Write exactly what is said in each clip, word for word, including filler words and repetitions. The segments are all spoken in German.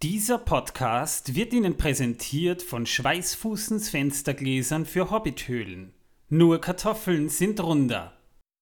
Dieser Podcast wird Ihnen präsentiert von Schweißfußens Fenstergläsern für Hobbithöhlen. Nur Kartoffeln sind runder.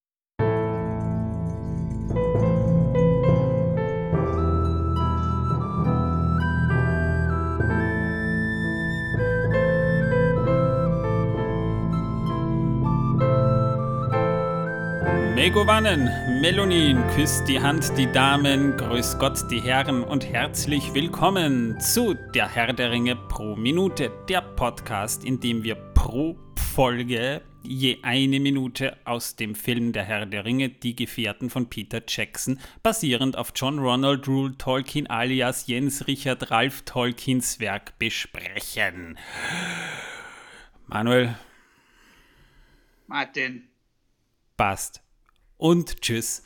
Megovanen, Melonin, küsst die Hand die Damen, grüß Gott die Herren und herzlich willkommen zu Der Herr der Ringe pro Minute, der Podcast, in dem wir pro Folge je eine Minute aus dem Film Der Herr der Ringe, Die Gefährten von Peter Jackson, basierend auf John Ronald Reuel Tolkien alias Jens Richard Ralph Tolkiens Werk besprechen. Manuel. Martin. Passt. Und tschüss.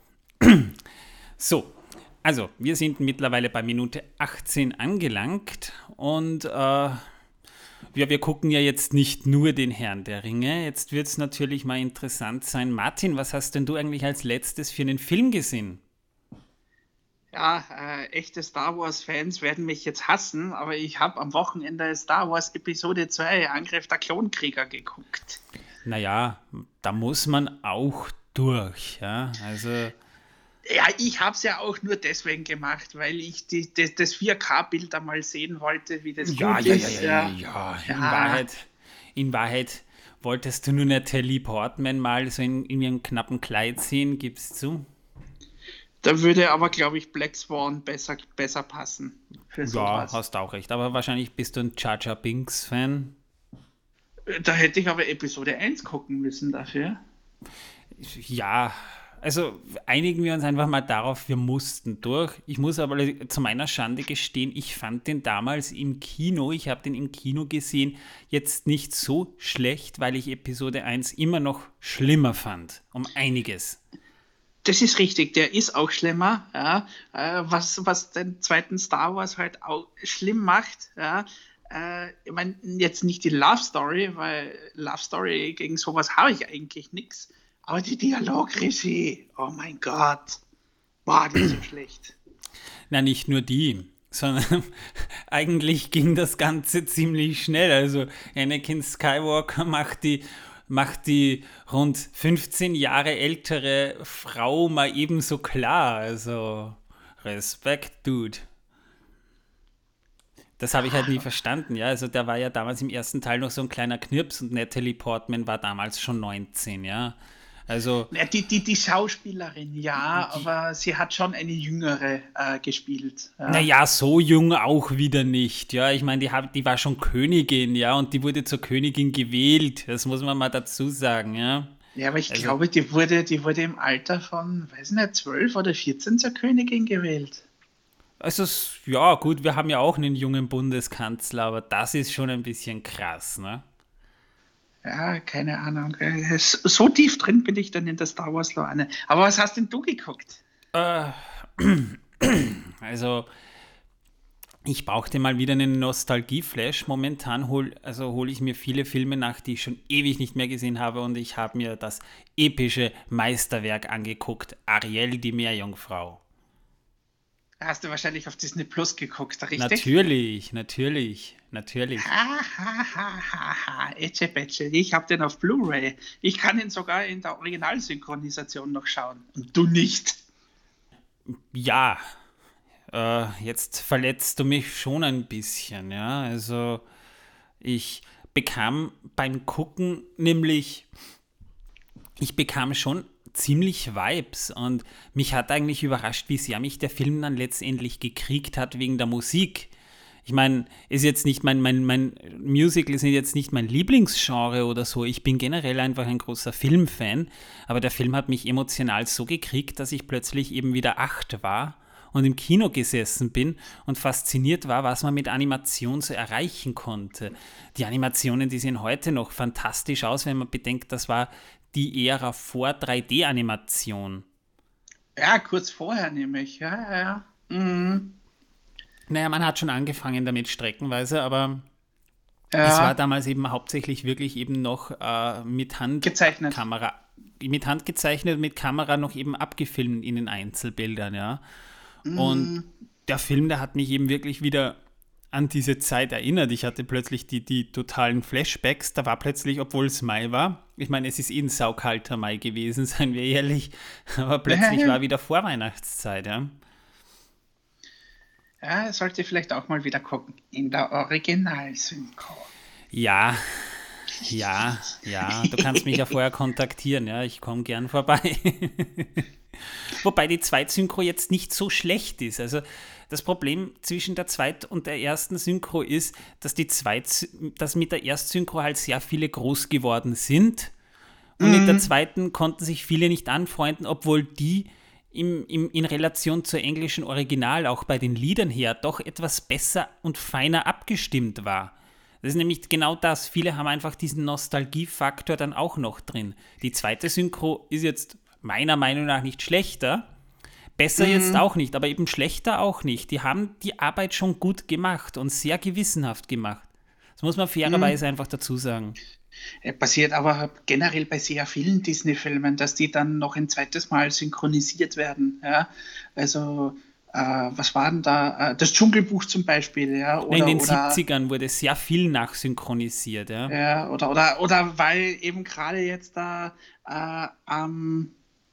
So, also wir sind mittlerweile bei Minute achtzehn angelangt und äh, ja, wir gucken ja jetzt nicht nur den Herrn der Ringe. Jetzt wird es natürlich mal interessant sein. Martin, was hast denn du eigentlich als letztes für einen Film gesehen? Ja, äh, echte Star Wars-Fans werden mich jetzt hassen, aber ich habe am Wochenende Star Wars Episode zwei, Angriff der Klonkrieger, geguckt. Naja, da muss man auch durch, ja, also... Ja, ich habe es ja auch nur deswegen gemacht, weil ich die, die, das vier K-Bild einmal sehen wollte, wie das ja, gut ja, ist. Ja, ja, ja, ja. In, ja. Wahrheit, in Wahrheit wolltest du nur Natalie Portman mal so in, in ihrem knappen Kleid sehen, gibst du? Da würde aber, glaube ich, Black Swan besser, besser passen. Für sowas. Ja, hast auch recht, aber wahrscheinlich bist du ein Jar Jar Binks-Fan. Da hätte ich aber Episode eins gucken müssen dafür. Ja, also einigen wir uns einfach mal darauf, wir mussten durch. Ich muss aber zu meiner Schande gestehen, ich fand den damals im Kino, ich habe den im Kino gesehen, jetzt nicht so schlecht, weil ich Episode eins immer noch schlimmer fand, um einiges. Das ist richtig, der ist auch schlimmer, ja, was, was den zweiten Star Wars halt auch schlimm macht, ja. Ich meine, jetzt nicht die Love Story, weil Love Story, gegen sowas habe ich eigentlich nichts. Aber die Dialogregie, oh mein Gott, war die so schlecht. Na, nicht nur die, sondern eigentlich ging das Ganze ziemlich schnell. Also Anakin Skywalker macht die, macht die rund fünfzehn Jahre ältere Frau mal ebenso klar. Also Respekt, Dude. Das habe ich halt nie verstanden, ja. Also der war ja damals im ersten Teil noch so ein kleiner Knirps und Natalie Portman war damals schon neunzehn, ja. Also ja, die, die, die Schauspielerin, ja, die, aber sie hat schon eine jüngere äh, gespielt. Ja. Naja, so jung auch wieder nicht, ja. Ich meine, die, die war schon Königin, ja, und die wurde zur Königin gewählt. Das muss man mal dazu sagen, ja. Ja, aber ich also, glaube, die wurde, die wurde im Alter von, weiß nicht, zwölf oder vierzehn zur Königin gewählt. Also, ja, gut, wir haben ja auch einen jungen Bundeskanzler, aber das ist schon ein bisschen krass, ne? Ja, keine Ahnung. So tief drin bin ich dann in der Star Wars-Lore. Aber was hast denn du geguckt? Äh, also, ich brauchte mal wieder einen Nostalgie-Flash. Momentan hole also hol ich mir viele Filme nach, die ich schon ewig nicht mehr gesehen habe, und ich habe mir das epische Meisterwerk angeguckt, Ariel, die Meerjungfrau. Hast du wahrscheinlich auf Disney Plus geguckt, richtig? Natürlich, natürlich, natürlich. Ha, ha, ha, ha, ha, Etsche, Betsche. Ich habe den auf Blu-ray. Ich kann ihn sogar in der Originalsynchronisation noch schauen. Und du nicht. Ja, äh, jetzt verletzt du mich schon ein bisschen, ja. Also, ich bekam beim Gucken nämlich, ich bekam schon ziemlich Vibes, und mich hat eigentlich überrascht, wie sehr mich der Film dann letztendlich gekriegt hat wegen der Musik. Ich meine, ist jetzt nicht mein, mein, mein Musical ist jetzt nicht mein Lieblingsgenre oder so. Ich bin generell einfach ein großer Filmfan, aber der Film hat mich emotional so gekriegt, dass ich plötzlich eben wieder acht war und im Kino gesessen bin und fasziniert war, was man mit Animation so erreichen konnte. Die Animationen, die sehen heute noch fantastisch aus, wenn man bedenkt, das war die Ära vor drei D-Animation. Ja, kurz vorher nämlich, ja, ja, ja. Mhm. Naja, man hat schon angefangen damit streckenweise, aber ja. Es war damals eben hauptsächlich wirklich eben noch äh, mit Handkamera, mit Hand gezeichnet, mit Kamera noch eben abgefilmt in den Einzelbildern, ja. Mhm. Und der Film, der hat mich eben wirklich wieder an diese Zeit erinnert. Ich hatte plötzlich die, die totalen Flashbacks. Da war plötzlich, obwohl es Mai war, ich meine, es ist eh ein saukalter Mai gewesen, seien wir ehrlich, aber plötzlich war wieder Vorweihnachtszeit, ja. Ja, sollte vielleicht auch mal wieder gucken. In der Originalsynchro. Ja, ja, ja, du kannst mich ja vorher kontaktieren, ja, ich komme gern vorbei. Wobei die Zweitsynchro jetzt nicht so schlecht ist. Also das Problem zwischen der Zweit- und der ersten Synchro ist, dass die Zweit- dass mit der Erstsynchro halt sehr viele groß geworden sind und mhm. mit der zweiten konnten sich viele nicht anfreunden, obwohl die im, im, in Relation zur englischen Original auch bei den Liedern her doch etwas besser und feiner abgestimmt war. Das ist nämlich genau das. Viele haben einfach diesen Nostalgiefaktor dann auch noch drin. Die zweite Synchro ist jetzt meiner Meinung nach nicht schlechter, besser mhm. jetzt auch nicht, aber eben schlechter auch nicht. Die haben die Arbeit schon gut gemacht und sehr gewissenhaft gemacht. Das muss man fairerweise mhm. einfach dazu sagen. Passiert aber generell bei sehr vielen Disney-Filmen, dass die dann noch ein zweites Mal synchronisiert werden. Ja? Also, äh, was war denn da? Das Dschungelbuch zum Beispiel. Ja? Oder, in den oder, siebzigern wurde sehr viel nachsynchronisiert. Ja, ja oder, oder, oder weil eben gerade jetzt da äh, am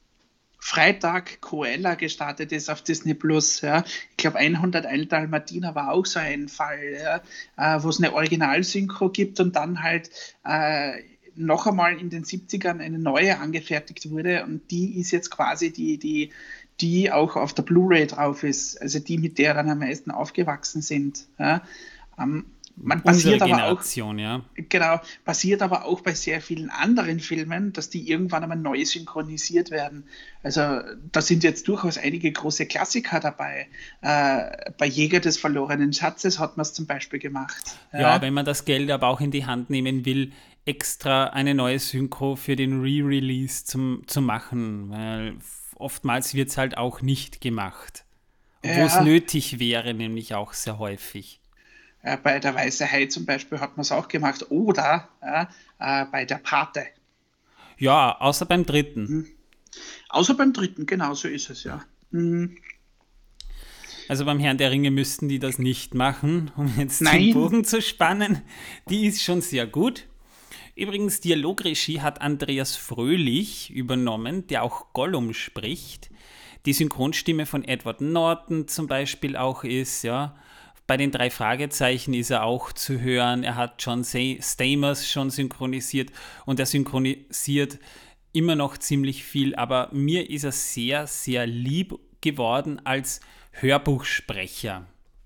Freitag Cruella gestartet ist auf Disney Plus. Ja. Ich glaube, hunderteins Dalmatiner war auch so ein Fall, ja, äh, wo es eine Originalsynchro gibt und dann halt äh, noch einmal in den siebzigern eine neue angefertigt wurde und die ist jetzt quasi die, die, die auch auf der Blu-ray drauf ist, also die, mit der dann am meisten aufgewachsen sind. Ja. Ähm, Man passiert aber auch, ja. Genau, passiert aber auch bei sehr vielen anderen Filmen, dass die irgendwann einmal neu synchronisiert werden. Also da sind jetzt durchaus einige große Klassiker dabei. Äh, bei Jäger des verlorenen Schatzes hat man es zum Beispiel gemacht. Ja, ja, wenn man das Geld aber auch in die Hand nehmen will, extra eine neue Synchro für den Re-Release zum, zu machen, weil oftmals wird es halt auch nicht gemacht. Wo es ja. nötig wäre, nämlich auch sehr häufig. Äh, bei der Weiße Hai zum Beispiel hat man es auch gemacht. Oder äh, äh, bei der Pate. Ja, außer beim dritten. Mhm. Außer beim dritten, genau so ist es, ja. Mhm. Also beim Herrn der Ringe müssten die das nicht machen, um jetzt Nein. den Bogen zu spannen. Die ist schon sehr gut. Übrigens, Dialogregie hat Andreas Fröhlich übernommen, der auch Gollum spricht. Die Synchronstimme von Edward Norton zum Beispiel auch ist, ja. Bei den drei Fragezeichen ist er auch zu hören. Er hat John Stamos schon synchronisiert und er synchronisiert immer noch ziemlich viel. Aber mir ist er sehr, sehr lieb geworden als Hörbuchsprecher.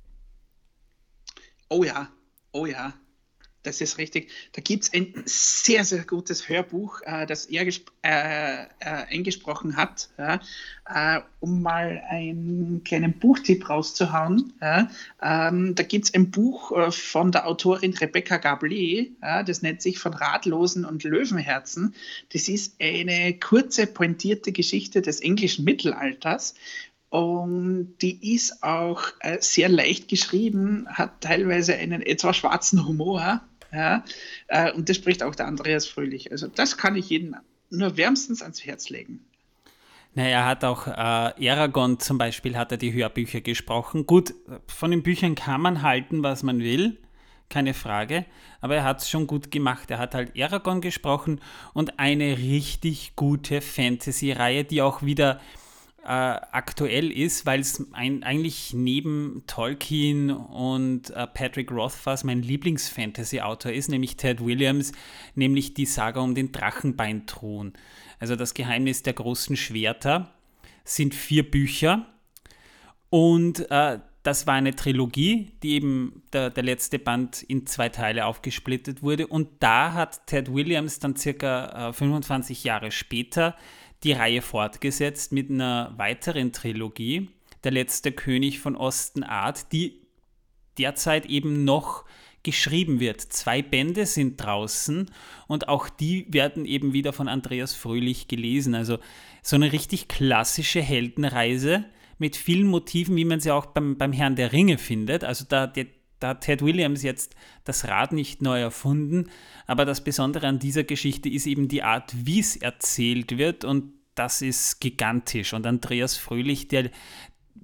Oh ja, oh ja. Das ist richtig. Da gibt es ein sehr, sehr gutes Hörbuch, äh, das er gesp- äh, äh, eingesprochen hat, ja, äh, um mal einen kleinen Buchtipp rauszuhauen. Ja. Ähm, da gibt es ein Buch äh, von der Autorin Rebecca Gablé, ja, das nennt sich Von Ratlosen und Löwenherzen. Das ist eine kurze, pointierte Geschichte des englischen Mittelalters. Und die ist auch äh, sehr leicht geschrieben, hat teilweise einen etwas schwarzen Humor. Ja, äh, und das spricht auch der Andreas Fröhlich. Also das kann ich jedem nur wärmstens ans Herz legen. Naja, er hat auch äh, Eragon zum Beispiel, hat er die Hörbücher gesprochen. Gut, von den Büchern kann man halten, was man will, keine Frage, aber er hat es schon gut gemacht. Er hat halt Eragon gesprochen und eine richtig gute Fantasy-Reihe, die auch wieder Äh, aktuell ist, weil es ein, eigentlich neben Tolkien und äh, Patrick Rothfuss mein Lieblings-Fantasy-Autor ist, nämlich Ted Williams, nämlich die Saga um den Drachenbeinthron. Also das Geheimnis der großen Schwerter sind vier Bücher und äh, das war eine Trilogie, die eben der, der letzte Band in zwei Teile aufgesplittet wurde und da hat Ted Williams dann circa äh, fünfundzwanzig Jahre später die Reihe fortgesetzt mit einer weiteren Trilogie, Der letzte König von Ostenart, die derzeit eben noch geschrieben wird. Zwei Bände sind draußen und auch die werden eben wieder von Andreas Fröhlich gelesen. Also so eine richtig klassische Heldenreise mit vielen Motiven, wie man sie auch beim, beim Herrn der Ringe findet. Also da, der, da hat Ted Williams jetzt das Rad nicht neu erfunden, aber das Besondere an dieser Geschichte ist eben die Art, wie es erzählt wird und das ist gigantisch. Und Andreas Fröhlich, der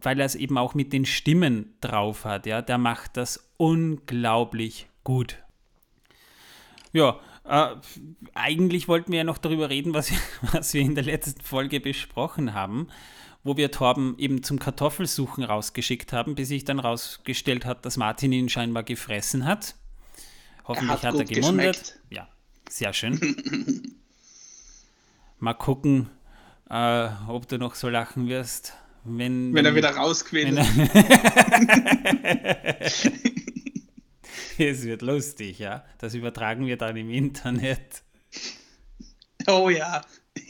weil er es eben auch mit den Stimmen drauf hat. Ja, der macht das unglaublich gut. Ja, äh, eigentlich wollten wir ja noch darüber reden, was wir, was wir in der letzten Folge besprochen haben, wo wir Torben eben zum Kartoffelsuchen rausgeschickt haben, bis sich dann rausgestellt hat, dass Martin ihn scheinbar gefressen hat. Hoffentlich er hat, hat er gemundet. Geschmeckt. Ja, sehr schön. Mal gucken, äh, ob du noch so lachen wirst, wenn... Wenn er wieder rausquillt. Es wird lustig, ja. Das übertragen wir dann im Internet. Oh ja.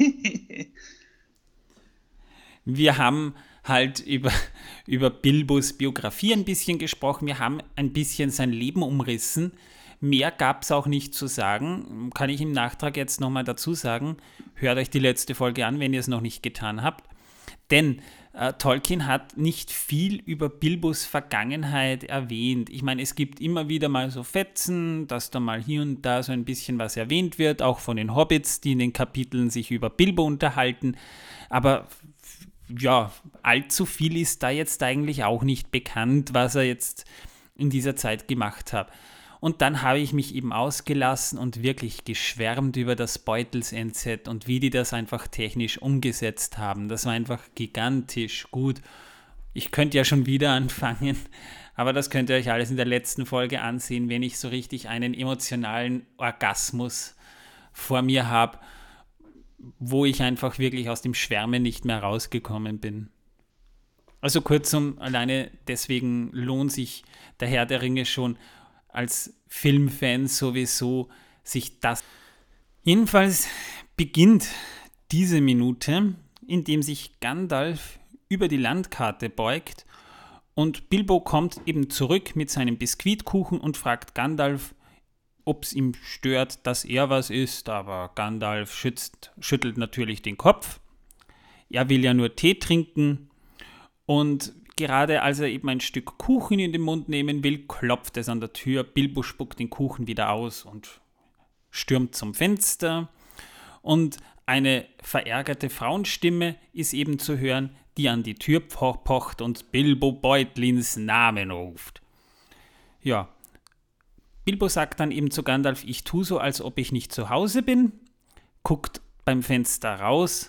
Wir haben halt über, über Bilbos Biografie ein bisschen gesprochen. Wir haben ein bisschen sein Leben umrissen. Mehr gab es auch nicht zu sagen. Kann ich im Nachtrag jetzt nochmal dazu sagen. Hört euch die letzte Folge an, wenn ihr es noch nicht getan habt. Denn äh, Tolkien hat nicht viel über Bilbos Vergangenheit erwähnt. Ich meine, es gibt immer wieder mal so Fetzen, dass da mal hier und da so ein bisschen was erwähnt wird, auch von den Hobbits, die in den Kapiteln sich über Bilbo unterhalten. Aber ja, allzu viel ist da jetzt eigentlich auch nicht bekannt, was er jetzt in dieser Zeit gemacht hat. Und dann habe ich mich eben ausgelassen und wirklich geschwärmt über das Beutels-N Z und wie die das einfach technisch umgesetzt haben. Das war einfach gigantisch gut. Ich könnte ja schon wieder anfangen, aber das könnt ihr euch alles in der letzten Folge ansehen, wenn ich so richtig einen emotionalen Orgasmus vor mir habe, wo ich einfach wirklich aus dem Schwärmen nicht mehr rausgekommen bin. Also kurzum, alleine deswegen lohnt sich der Herr der Ringe schon als Filmfan sowieso, sich das... Jedenfalls beginnt diese Minute, indem sich Gandalf über die Landkarte beugt und Bilbo kommt eben zurück mit seinem Biskuitkuchen und fragt Gandalf, ob es ihm stört, dass er was isst, aber Gandalf schützt, schüttelt natürlich den Kopf. Er will ja nur Tee trinken und gerade als er eben ein Stück Kuchen in den Mund nehmen will, klopft es an der Tür. Bilbo spuckt den Kuchen wieder aus und stürmt zum Fenster. Und eine verärgerte Frauenstimme ist eben zu hören, die an die Tür pocht und Bilbo Beutlins Namen ruft. Ja, Bilbo sagt dann eben zu Gandalf, ich tue so, als ob ich nicht zu Hause bin, guckt beim Fenster raus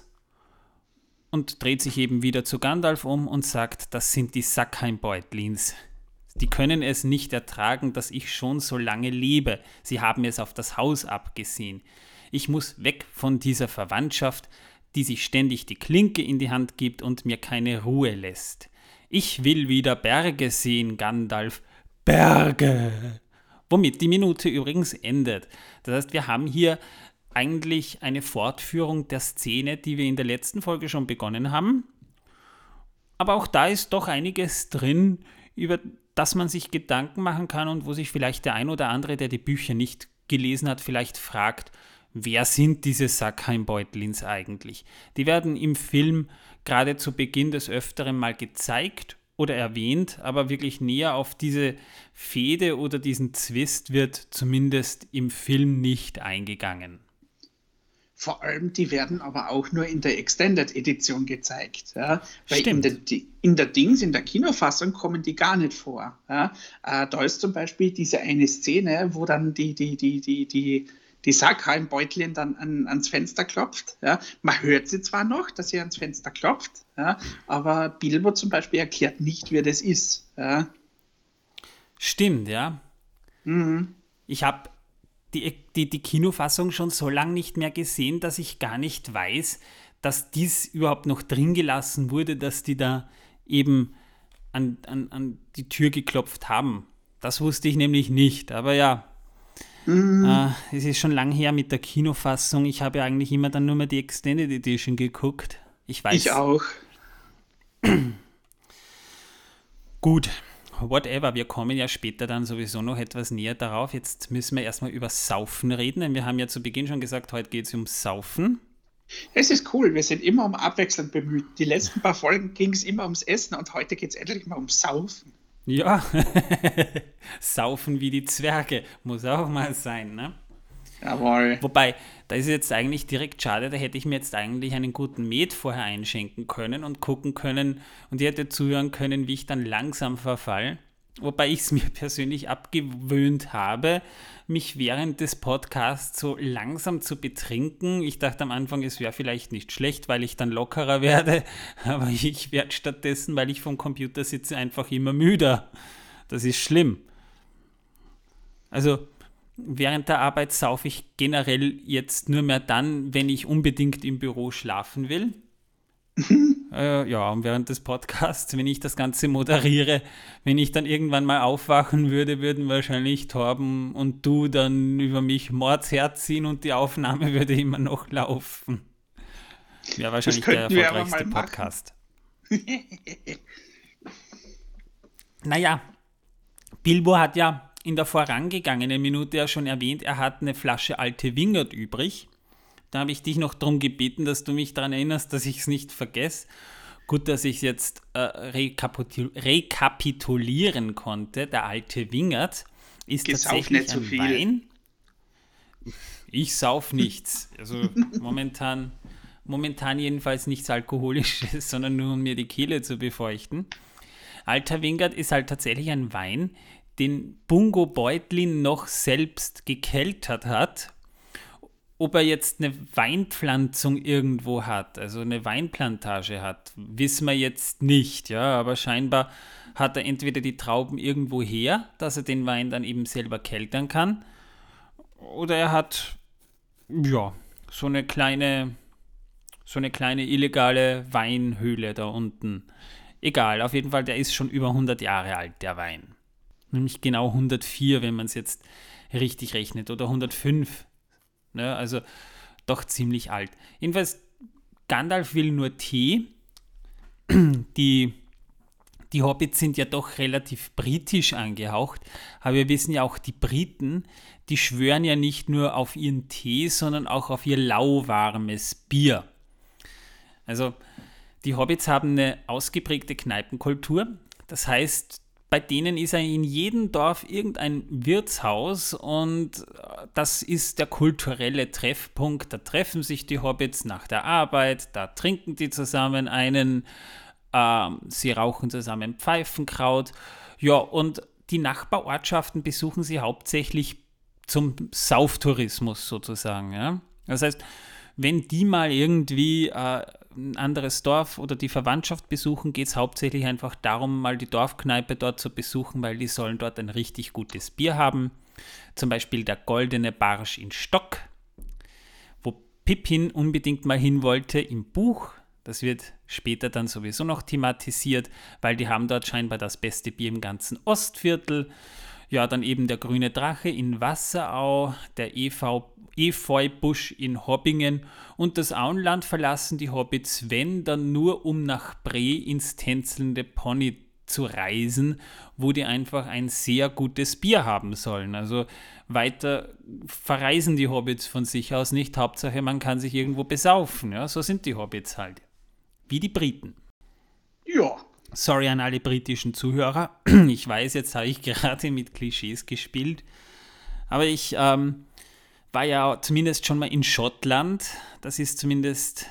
und dreht sich eben wieder zu Gandalf um und sagt, das sind die Sackheim-Beutlins. Die können es nicht ertragen, dass ich schon so lange lebe. Sie haben es auf das Haus abgesehen. Ich muss weg von dieser Verwandtschaft, die sich ständig die Klinke in die Hand gibt und mir keine Ruhe lässt. Ich will wieder Berge sehen, Gandalf. Berge! Womit die Minute übrigens endet. Das heißt, wir haben hier eigentlich eine Fortführung der Szene, die wir in der letzten Folge schon begonnen haben. Aber auch da ist doch einiges drin, über das man sich Gedanken machen kann und wo sich vielleicht der ein oder andere, der die Bücher nicht gelesen hat, vielleicht fragt, wer sind diese Sackheim-Beutlins eigentlich? Die werden im Film gerade zu Beginn des Öfteren mal gezeigt oder erwähnt, aber wirklich näher auf diese Fehde oder diesen Zwist wird zumindest im Film nicht eingegangen. Vor allem, die werden aber auch nur in der Extended-Edition gezeigt. Ja? Weil in der, in der Dings, in der Kinofassung kommen die gar nicht vor. Ja? Äh, da ist zum Beispiel diese eine Szene, wo dann die, die, die, die, die, die Sackheim-Beutlin dann an, ans Fenster klopft. Ja? Man hört sie zwar noch, dass sie ans Fenster klopft, ja? Aber Bilbo zum Beispiel erklärt nicht, wer das ist. Ja? Stimmt, ja. Mhm. Ich habe Die, die, die Kinofassung schon so lange nicht mehr gesehen, dass ich gar nicht weiß, dass dies überhaupt noch drin gelassen wurde, dass die da eben an, an, an die Tür geklopft haben. Das wusste ich nämlich nicht. Aber ja, mhm. äh, es ist schon lang her mit der Kinofassung. Ich habe ja eigentlich immer dann nur mal die Extended Edition geguckt. Ich weiß. Ich auch. Gut. Whatever, wir kommen ja später dann sowieso noch etwas näher darauf. Jetzt müssen wir erstmal über Saufen reden, denn wir haben ja zu Beginn schon gesagt, heute geht es um Saufen. Es ist cool, wir sind immer um Abwechslung bemüht. Die letzten paar Folgen ging es immer ums Essen und heute geht es endlich mal um Saufen. Ja, Saufen wie die Zwerge, muss auch mal sein, ne? Jawohl. Wobei, da ist jetzt eigentlich direkt schade, da hätte ich mir jetzt eigentlich einen guten Met vorher einschenken können und gucken können und ich hätte zuhören können, wie ich dann langsam verfall. Wobei ich es mir persönlich abgewöhnt habe, mich während des Podcasts so langsam zu betrinken. Ich dachte am Anfang, es wäre vielleicht nicht schlecht, weil ich dann lockerer werde, aber ich werde stattdessen, weil ich vom Computer sitze, einfach immer müder. Das ist schlimm. Also während der Arbeit saufe ich generell jetzt nur mehr dann, wenn ich unbedingt im Büro schlafen will. äh, ja, und während des Podcasts, wenn ich das Ganze moderiere, wenn ich dann irgendwann mal aufwachen würde, würden wahrscheinlich Torben und du dann über mich Mords herziehen und die Aufnahme würde immer noch laufen. Wäre wahrscheinlich der erfolgreichste Podcast. Naja, Bilbo hat ja in der vorangegangenen Minute ja schon erwähnt, er hat eine Flasche alte Wingert übrig. Da habe ich dich noch darum gebeten, dass du mich daran erinnerst, dass ich es nicht vergesse. Gut, dass ich es jetzt äh, rekapitul- rekapitulieren konnte. Der alte Wingert ist Gesauf tatsächlich nicht so ein viel. Wein. Ich sauf nichts. Also momentan, momentan jedenfalls nichts Alkoholisches, sondern nur um mir die Kehle zu befeuchten. Alter Wingert ist halt tatsächlich ein Wein, den Bungo Beutlin noch selbst gekeltert hat. Ob er jetzt eine Weinpflanzung irgendwo hat, also eine Weinplantage hat, wissen wir jetzt nicht, ja, aber scheinbar hat er entweder die Trauben irgendwo her, dass er den Wein dann eben selber keltern kann, oder er hat, ja, so eine kleine, so eine kleine illegale Weinhöhle da unten. Egal, auf jeden Fall, der ist schon über hundert Jahre alt, der Wein. Nämlich genau hundertvier, wenn man es jetzt richtig rechnet, oder hundertfünf. Ja, also doch ziemlich alt. Jedenfalls, Gandalf will nur Tee. Die, die Hobbits sind ja doch relativ britisch angehaucht, aber wir wissen ja auch, die Briten, die schwören ja nicht nur auf ihren Tee, sondern auch auf ihr lauwarmes Bier. Also die Hobbits haben eine ausgeprägte Kneipenkultur. Das heißt, bei denen ist in jedem Dorf irgendein Wirtshaus und das ist der kulturelle Treffpunkt. Da treffen sich die Hobbits nach der Arbeit, da trinken die zusammen einen, äh, sie rauchen zusammen Pfeifenkraut. Ja, und die Nachbarortschaften besuchen sie hauptsächlich zum Sauftourismus sozusagen. Ja? Das heißt, wenn die mal irgendwie äh, ein anderes Dorf oder die Verwandtschaft besuchen, geht es hauptsächlich einfach darum, mal die Dorfkneipe dort zu besuchen, weil die sollen dort ein richtig gutes Bier haben. Zum Beispiel der Goldene Barsch in Stock, wo Pippin unbedingt mal hin wollte im Buch. Das wird später dann sowieso noch thematisiert, weil die haben dort scheinbar das beste Bier im ganzen Ostviertel. Ja, dann eben der Grüne Drache in Wasserau, der Efeu, Efeubusch in Hobbingen und das Auenland verlassen die Hobbits, wenn dann nur um nach Bre ins tänzelnde Pony zu reisen, wo die einfach ein sehr gutes Bier haben sollen. Also weiter verreisen die Hobbits von sich aus nicht. Hauptsache, man kann sich irgendwo besaufen. Ja, so sind die Hobbits halt. Wie die Briten. Ja. Sorry an alle britischen Zuhörer. Ich weiß, jetzt habe ich gerade mit Klischees gespielt. Aber ich ähm, war ja zumindest schon mal in Schottland. Das ist zumindest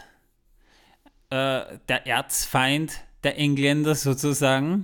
äh, der Erzfeind der Engländer sozusagen.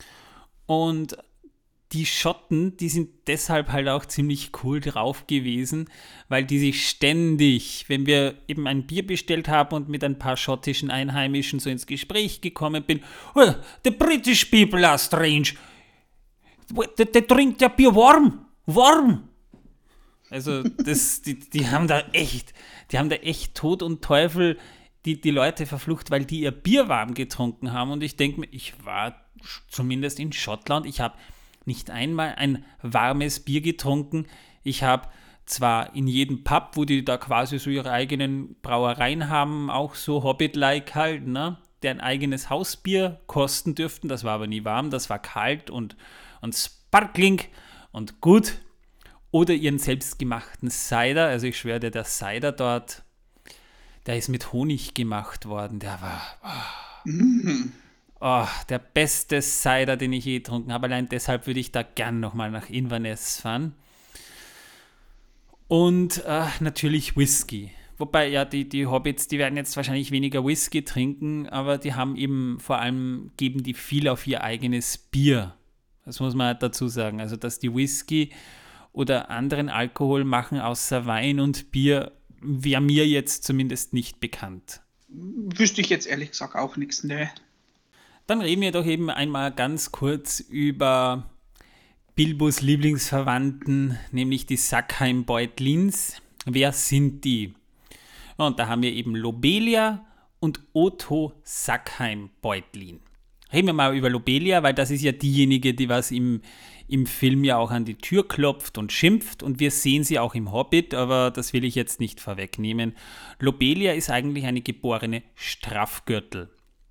Und die Schotten, die sind deshalb halt auch ziemlich cool drauf gewesen, weil die sich ständig, wenn wir eben ein Bier bestellt haben und mit ein paar schottischen Einheimischen so ins Gespräch gekommen bin, oh, the British people are strange. They, they drink their beer warm. Warm. Also das, die, die haben da echt, die haben da echt Tod und Teufel die, die Leute verflucht, weil die ihr Bier warm getrunken haben. Und ich denke mir, ich war zumindest in Schottland, ich habe nicht einmal ein warmes Bier getrunken. Ich habe zwar in jedem Pub, wo die da quasi so ihre eigenen Brauereien haben, auch so Hobbit-like halt, ne, der ein eigenes Hausbier kosten dürften. Das war aber nie warm, das war kalt und, und sparkling und gut. Oder ihren selbstgemachten Cider. Also ich schwöre dir, der Cider dort, der ist mit Honig gemacht worden. Der war... Oh. Mm. Oh, der beste Cider, den ich je getrunken habe. Allein deshalb würde ich da gern nochmal nach Inverness fahren. Und äh, natürlich Whisky. Wobei, ja, die, die Hobbits, die werden jetzt wahrscheinlich weniger Whisky trinken, aber die haben eben vor allem, geben die viel auf ihr eigenes Bier. Das muss man halt dazu sagen. Also, dass die Whisky oder anderen Alkohol machen außer Wein und Bier, wäre mir jetzt zumindest nicht bekannt. Wüsste ich jetzt ehrlich gesagt auch nichts, ne? Dann reden wir doch eben einmal ganz kurz über Bilbos Lieblingsverwandten, nämlich die Sackheim-Beutlins. Wer sind die? Und da haben wir eben Lobelia und Otto Sackheim-Beutlin. Reden wir mal über Lobelia, weil das ist ja diejenige, die was im, im Film ja auch an die Tür klopft und schimpft. Und wir sehen sie auch im Hobbit, aber das will ich jetzt nicht vorwegnehmen. Lobelia ist eigentlich eine geborene Strafgürtel.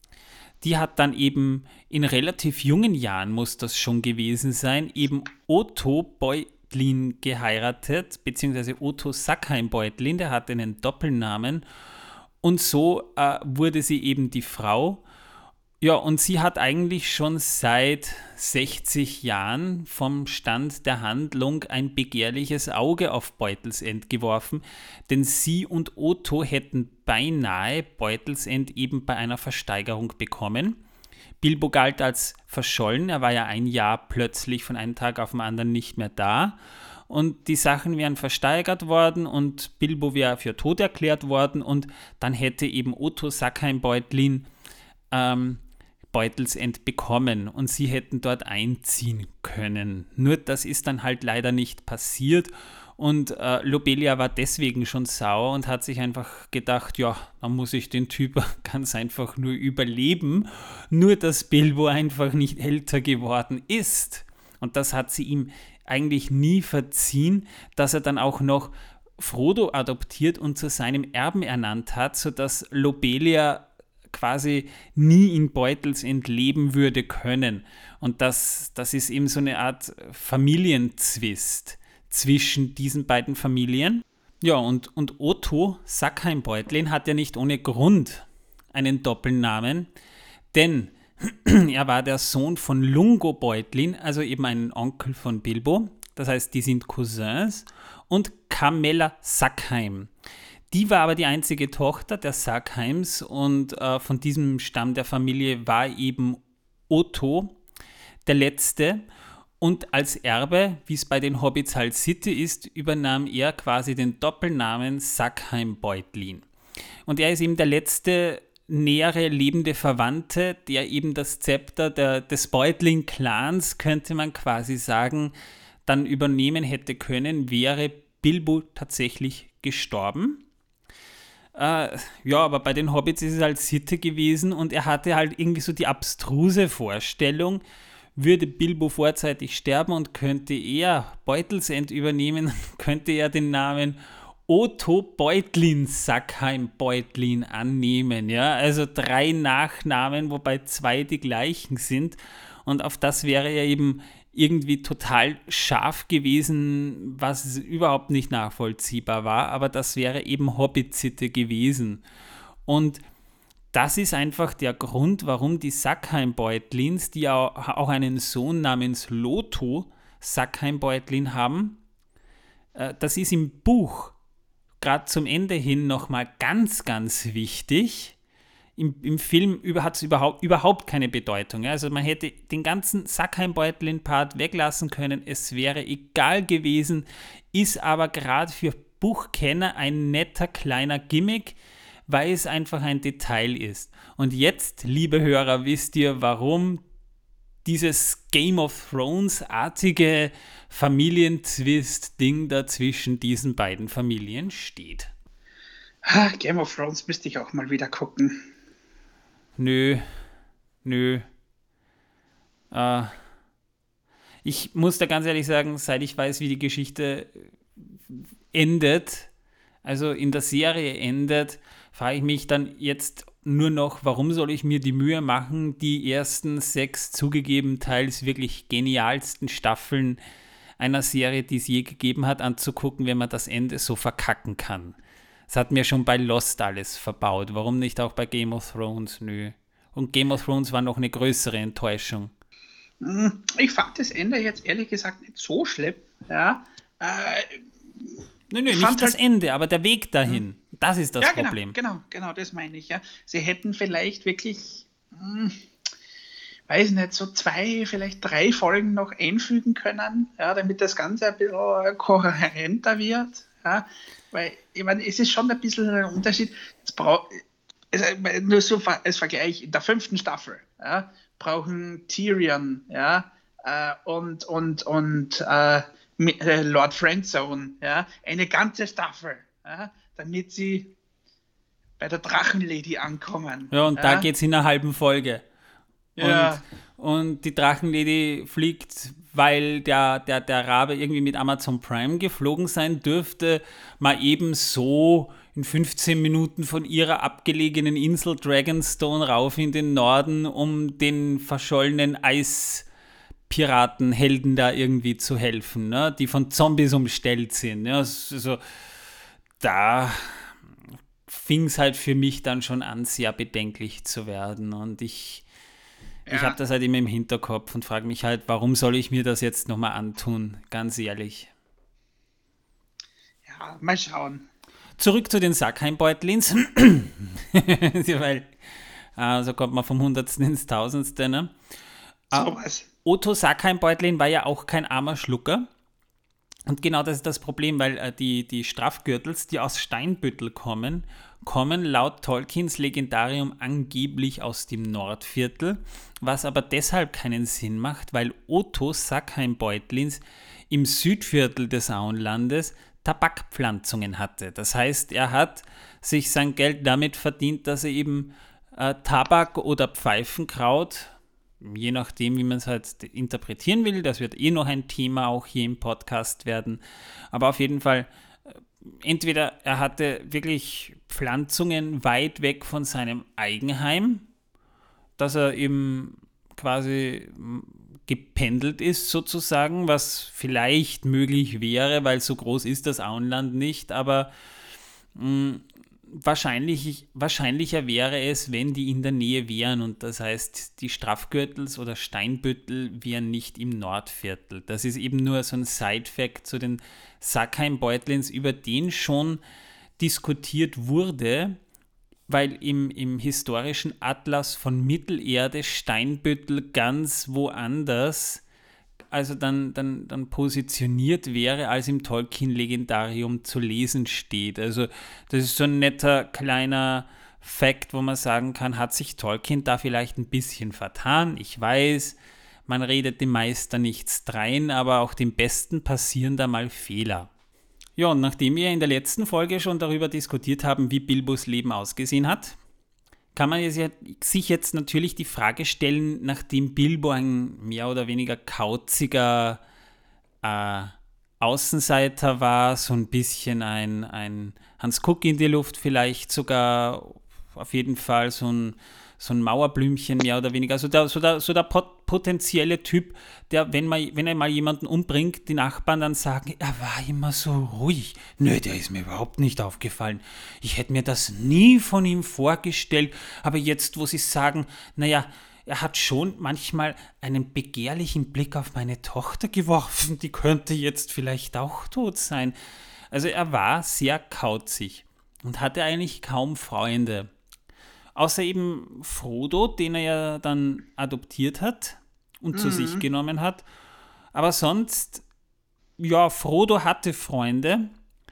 Die hat dann eben in relativ jungen Jahren, muss das schon gewesen sein, eben Otto Beutlin geheiratet, beziehungsweise Otto Sackheim-Beutlin, der hatte einen Doppelnamen. Und so äh, wurde sie eben die Frau. Ja, und sie hat eigentlich schon seit sechzig Jahren vom Stand der Handlung ein begehrliches Auge auf Beutelsend geworfen, denn sie und Otto hätten beinahe Beutelsend eben bei einer Versteigerung bekommen. Bilbo galt als verschollen, er war ja ein Jahr plötzlich von einem Tag auf den anderen nicht mehr da. Und die Sachen wären versteigert worden und Bilbo wäre für tot erklärt worden und dann hätte eben Otto Sackheim-Beutlin ähm, Beutelsend bekommen und sie hätten dort einziehen können. Nur das ist dann halt leider nicht passiert und äh, Lobelia war deswegen schon sauer und hat sich einfach gedacht, ja, dann muss ich den Typ ganz einfach nur überleben, nur dass Bilbo einfach nicht älter geworden ist. Und das hat sie ihm eigentlich nie verziehen, dass er dann auch noch Frodo adoptiert und zu seinem Erben ernannt hat, sodass Lobelia quasi nie in Beutelsend leben würde können. Und das, das ist eben so eine Art Familienzwist zwischen diesen beiden Familien. Ja, und, und Otto Sackheim-Beutlin hat ja nicht ohne Grund einen Doppelnamen, denn er war der Sohn von Lungo Beutlin, also eben ein Onkel von Bilbo. Das heißt, die sind Cousins. Und Camella Sackheim. Die war aber die einzige Tochter der Sackheims und äh, von diesem Stamm der Familie war eben Otto der Letzte. Und als Erbe, wie es bei den Hobbits halt Sitte ist, übernahm er quasi den Doppelnamen Sackheim-Beutlin. Und er ist eben der letzte nähere lebende Verwandte, der eben das Zepter der, des Beutlin-Clans, könnte man quasi sagen, dann übernehmen hätte können, wäre Bilbo tatsächlich gestorben. Äh, ja, aber bei den Hobbits ist es halt Sitte gewesen und er hatte halt irgendwie so die abstruse Vorstellung, würde Bilbo vorzeitig sterben und könnte er Beutelsend übernehmen, könnte er den Namen Otto Beutlin Sackheim-Beutlin annehmen. Ja? Also drei Nachnamen, wobei zwei die gleichen sind. Und auf das wäre er eben irgendwie total scharf gewesen, was überhaupt nicht nachvollziehbar war, aber das wäre eben Hobbit-Sitte gewesen. Und das ist einfach der Grund, warum die Sackheim-Beutlins, die auch einen Sohn namens Loto Sackheim-Beutlin haben, das ist im Buch gerade zum Ende hin nochmal ganz, ganz wichtig. Im, im Film hat es überhaupt, überhaupt keine Bedeutung. Ja? Also man hätte den ganzen Sackheim-Beutlin-Part weglassen können, es wäre egal gewesen, ist aber gerade für Buchkenner ein netter kleiner Gimmick, weil es einfach ein Detail ist. Und jetzt, liebe Hörer, wisst ihr, warum dieses Game of Thrones-artige Familienzwist-Ding da zwischen diesen beiden Familien steht. Game of Thrones müsste ich auch mal wieder gucken. Nö, nö. Äh, ich muss da ganz ehrlich sagen, seit ich weiß, wie die Geschichte endet, also in der Serie endet, frage ich mich dann jetzt nur noch, warum soll ich mir die Mühe machen, die ersten sechs zugegeben teils wirklich genialsten Staffeln einer Serie, die es je gegeben hat, anzugucken, wenn man das Ende so verkacken kann. Das hat mir schon bei Lost alles verbaut. Warum nicht auch bei Game of Thrones? Nö. Und Game of Thrones war noch eine größere Enttäuschung. Ich fand das Ende jetzt ehrlich gesagt nicht so schlimm. Ja. Äh, Nö, nö, ich nicht fand das halt, Ende, aber der Weg dahin. Das ist das ja, genau, Problem. genau, genau, das meine ich, ja. Sie hätten vielleicht wirklich, hm, weiß nicht, so zwei, vielleicht drei Folgen noch einfügen können, ja, damit das Ganze ein bisschen kohärenter wird, ja. Weil, ich meine, es ist schon ein bisschen ein Unterschied. Jetzt braucht, also, nur so als Vergleich, in der fünften Staffel, ja, brauchen Tyrion, ja, äh, und, und, und äh, äh, Lord Friendzone, ja, eine ganze Staffel, ja, damit sie bei der Drachenlady ankommen. Ja, und da Ja, geht es in einer halben Folge. Und, ja, und die Drachenlady fliegt, weil der, der, der Rabe irgendwie mit Amazon Prime geflogen sein dürfte, mal eben so in fünfzehn Minuten von ihrer abgelegenen Insel Dragonstone rauf in den Norden, um den verschollenen Eispiratenhelden da irgendwie zu helfen, ne? Die von Zombies umstellt sind. Ja, also, da fing es halt für mich dann schon an, sehr bedenklich zu werden. Und ich, ich habe ja, das halt immer im Hinterkopf und frage mich halt, warum soll ich mir das jetzt nochmal antun? Ganz ehrlich. ja, mal schauen. Zurück zu den Sackheim-Beutlins. Weil äh, so kommt man vom Hundertsten ins Tausendste. Ne? Äh, Sowas. Otto Sackheim-Beutlin war ja auch kein armer Schlucker. Und genau das ist das Problem, weil äh, die, die Strafgürtels, die aus Steinbüttel kommen, kommen laut Tolkiens Legendarium angeblich aus dem Nordviertel, was aber deshalb keinen Sinn macht, weil Otto Sackheim-Beutlins im Südviertel des Auenlandes Tabakpflanzungen hatte. Das heißt, er hat sich sein Geld damit verdient, dass er eben äh, Tabak oder Pfeifenkraut, je nachdem, wie man es halt interpretieren will, das wird eh noch ein Thema auch hier im Podcast werden, aber auf jeden Fall, entweder er hatte wirklich Pflanzungen weit weg von seinem Eigenheim, dass er eben quasi gependelt ist sozusagen, was vielleicht möglich wäre, weil so groß ist das Auenland nicht, aber mh, wahrscheinlich, wahrscheinlicher wäre es, wenn die in der Nähe wären und das heißt, die Strafgürtels oder Steinbüttel wären nicht im Nordviertel. Das ist eben nur so ein Side-Fact zu den Sackheim-Beutlins, über den schon diskutiert wurde, weil im, im historischen Atlas von Mittelerde Steinbüttel ganz woanders also dann, dann, dann positioniert wäre, als im Tolkien-Legendarium zu lesen steht. Also das ist so ein netter kleiner Fact, wo man sagen kann, hat sich Tolkien da vielleicht ein bisschen vertan? Ich weiß, man redet dem Meister nichts drein, aber auch dem Besten passieren da mal Fehler. Ja, und nachdem wir in der letzten Folge schon darüber diskutiert haben, wie Bilbos Leben ausgesehen hat, kann man sich jetzt natürlich die Frage stellen, nachdem Bilbo ein mehr oder weniger kauziger äh, Außenseiter war, so ein bisschen ein, ein Hans Kuck in die Luft, vielleicht sogar auf jeden Fall so ein, so ein Mauerblümchen mehr oder weniger. Also der, so der, so der pot- potenzielle Typ, der, wenn, man, wenn er mal jemanden umbringt, die Nachbarn dann sagen, er war immer so ruhig. Nö, der ist mir überhaupt nicht aufgefallen. Ich hätte mir das nie von ihm vorgestellt. Aber jetzt, wo sie sagen, naja, er hat schon manchmal einen begehrlichen Blick auf meine Tochter geworfen, die könnte jetzt vielleicht auch tot sein. Also er war sehr kauzig und hatte eigentlich kaum Freunde. Außer eben Frodo, den er ja dann adoptiert hat und zu sich Mhm. genommen hat. Aber sonst, ja, Frodo hatte Freunde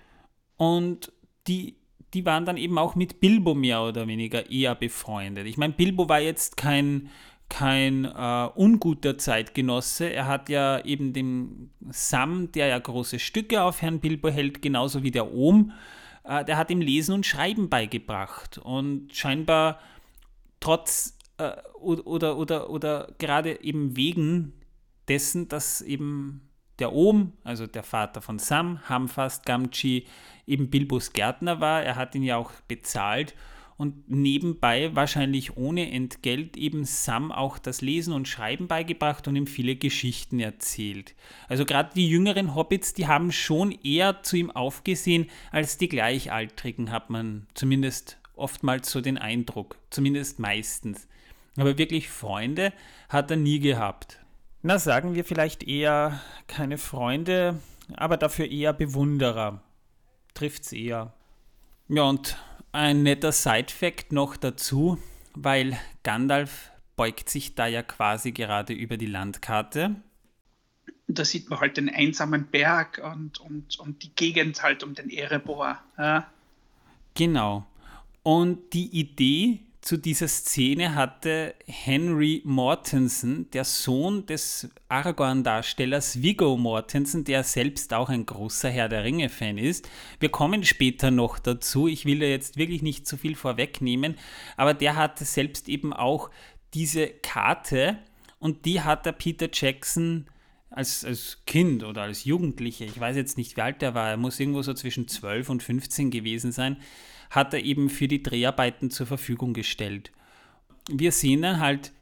und die, die waren dann eben auch mit Bilbo mehr oder weniger eher befreundet. Ich meine, Bilbo war jetzt kein, kein äh, unguter Zeitgenosse. Er hat ja eben dem Sam, der ja große Stücke auf Herrn Bilbo hält, genauso wie der Ohm, äh, der hat ihm Lesen und Schreiben beigebracht. Und scheinbar trotz äh, oder, oder, oder, oder gerade eben wegen dessen, dass eben der Ohm, also der Vater von Sam, Hamfast Gamgee, eben Bilbos Gärtner war. Er hat ihn ja auch bezahlt und nebenbei, wahrscheinlich ohne Entgelt, eben Sam auch das Lesen und Schreiben beigebracht und ihm viele Geschichten erzählt. Also gerade die jüngeren Hobbits, die haben schon eher zu ihm aufgesehen als die Gleichaltrigen, hat man zumindest oftmals so den Eindruck, zumindest meistens. Aber wirklich Freunde hat er nie gehabt. Na, sagen wir vielleicht eher keine Freunde, aber dafür eher Bewunderer. trifft es eher. Ja, und ein netter Side-Fact noch dazu, weil Gandalf beugt sich da ja quasi gerade über die Landkarte. Da sieht man halt den einsamen Berg und, und, und die Gegend halt um den Erebor. Ja. Genau. Und die Idee zu dieser Szene hatte Henry Mortensen, der Sohn des Aragorn-Darstellers Viggo Mortensen, der selbst auch ein großer Herr der Ringe-Fan ist. Wir kommen später noch dazu. Ich will da jetzt wirklich nicht zu viel vorwegnehmen, aber der hatte selbst eben auch diese Karte und die hat der Peter Jackson als, als Kind oder als Jugendlicher, ich weiß jetzt nicht, wie alt er war, er muss irgendwo so zwischen zwölf und fünfzehn gewesen sein, hat er eben für die Dreharbeiten zur Verfügung gestellt. Wir sehen dann halt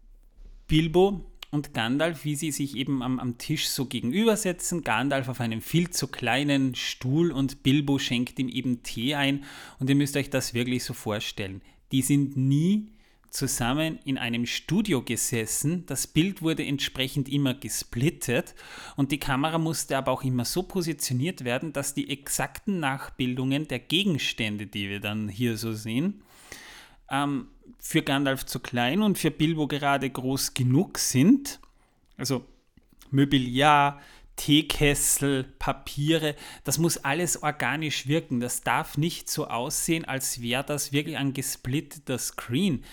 Bilbo und Gandalf, wie sie sich eben am, am Tisch so gegenübersetzen. Gandalf auf einem viel zu kleinen Stuhl und Bilbo schenkt ihm eben Tee ein. Und ihr müsst euch das wirklich so vorstellen. Die sind nie zusammen in einem Studio gesessen. Das Bild wurde entsprechend immer gesplittet und die Kamera musste aber auch immer so positioniert werden, dass die exakten Nachbildungen der Gegenstände, die wir dann hier so sehen, ähm, für Gandalf zu klein und für Bilbo gerade groß genug sind. Also Mobiliar, Teekessel, Papiere, das muss alles organisch wirken. Das darf nicht so aussehen, als wäre das wirklich ein gesplitteter Screen.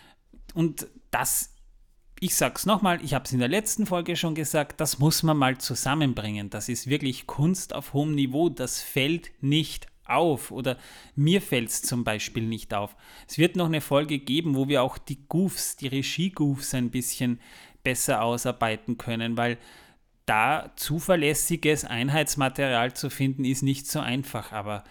Und das, ich sag's nochmal, ich habe es in der letzten Folge schon gesagt, das muss man mal zusammenbringen. Das ist wirklich Kunst auf hohem Niveau. Das fällt nicht auf. Oder mir fällt es zum Beispiel nicht auf. Es wird noch eine Folge geben, wo wir auch die Goofs, die Regie-Goofs ein bisschen besser ausarbeiten können, weil da zuverlässiges Einheitsmaterial zu finden, ist nicht so einfach. Aber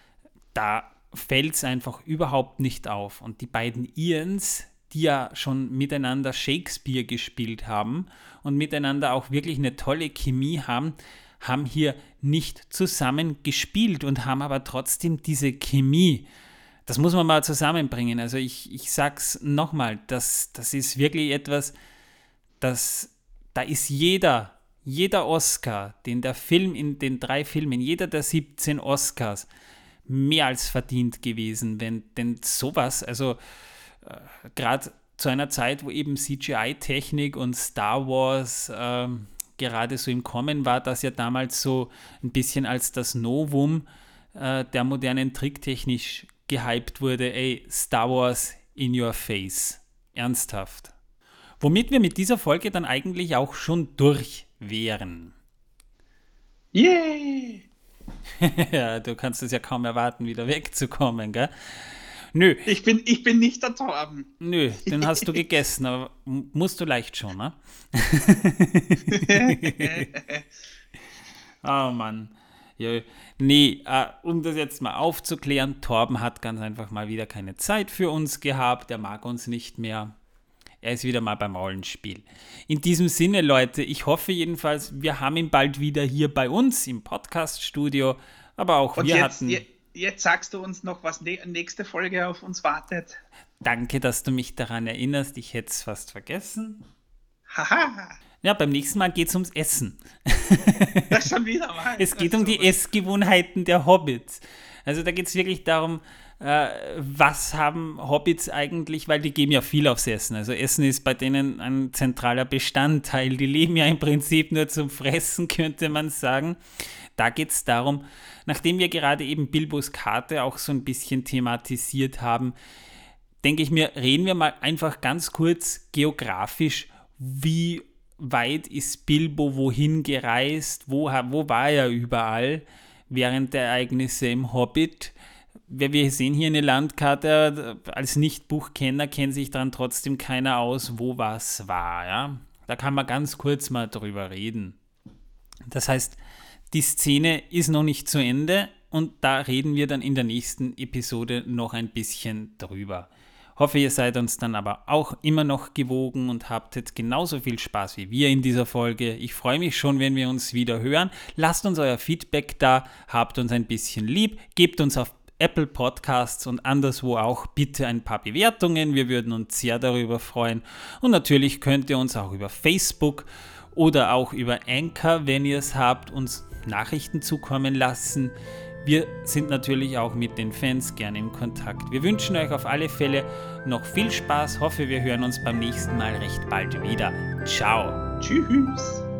da fällt es einfach überhaupt nicht auf. Und die beiden Ians, die ja schon miteinander Shakespeare gespielt haben und miteinander auch wirklich eine tolle Chemie haben, haben hier nicht zusammen gespielt und haben aber trotzdem diese Chemie. Das muss man mal zusammenbringen. Also ich, ich sag's nochmal, das, das ist wirklich etwas, das, da ist jeder, jeder Oscar, den der Film in den drei Filmen, jeder der siebzehn Oscars mehr als verdient gewesen, wenn denn sowas, also Äh, gerade zu einer Zeit, wo eben C G I-Technik und Star Wars äh, gerade so im Kommen war, das ja damals so ein bisschen als das Novum äh, der modernen Tricktechnik gehypt wurde. Ey, Star Wars in your face. Ernsthaft. Womit wir mit dieser Folge dann eigentlich auch schon durch wären. Yay! Ja, du kannst es ja kaum erwarten, wieder wegzukommen, gell? Nö. Ich bin, ich bin nicht der Torben. Nö, den hast du gegessen, aber musst du leicht schon, ne? Oh Mann. Ja, nee, äh, um das jetzt mal aufzuklären, Torben hat ganz einfach mal wieder keine Zeit für uns gehabt, er mag uns nicht mehr. Er ist wieder mal beim Rollenspiel. In diesem Sinne, Leute, ich hoffe jedenfalls, wir haben ihn bald wieder hier bei uns im Podcast-Studio, aber auch Und wir jetzt, hatten... Je- Jetzt sagst du uns noch, was ne- nächste Folge auf uns wartet. Danke, dass du mich daran erinnerst. Ich hätte es fast vergessen. Haha. Ja, beim nächsten Mal geht es ums Essen. Das schon wieder mal. Es geht um die Essgewohnheiten der Hobbits. Also da geht es wirklich darum, äh, was haben Hobbits eigentlich, weil die geben ja viel aufs Essen. Also Essen ist bei denen ein zentraler Bestandteil. Die leben ja im Prinzip nur zum Fressen, könnte man sagen. Da geht es darum, nachdem wir gerade eben Bilbos Karte auch so ein bisschen thematisiert haben, denke ich mir, reden wir mal einfach ganz kurz geografisch, wie weit ist Bilbo wohin gereist, wo, wo war er überall während der Ereignisse im Hobbit. Wir sehen hier eine Landkarte, als Nicht-Buchkenner kennt sich dann trotzdem keiner aus, wo was war. Ja? Da kann man ganz kurz mal drüber reden. Das heißt, die Szene ist noch nicht zu Ende und da reden wir dann in der nächsten Episode noch ein bisschen drüber. Hoffe, ihr seid uns dann aber auch immer noch gewogen und habtet genauso viel Spaß wie wir in dieser Folge. Ich freue mich schon, wenn wir uns wieder hören. Lasst uns euer Feedback da, habt uns ein bisschen lieb, gebt uns auf Apple Podcasts und anderswo auch bitte ein paar Bewertungen. Wir würden uns sehr darüber freuen. Und natürlich könnt ihr uns auch über Facebook oder auch über Anchor, wenn ihr es habt, uns Nachrichten zukommen lassen. Wir sind natürlich auch mit den Fans gerne in Kontakt. Wir wünschen euch auf alle Fälle noch viel Spaß. Hoffe, wir hören uns beim nächsten Mal recht bald wieder. Ciao. Tschüss.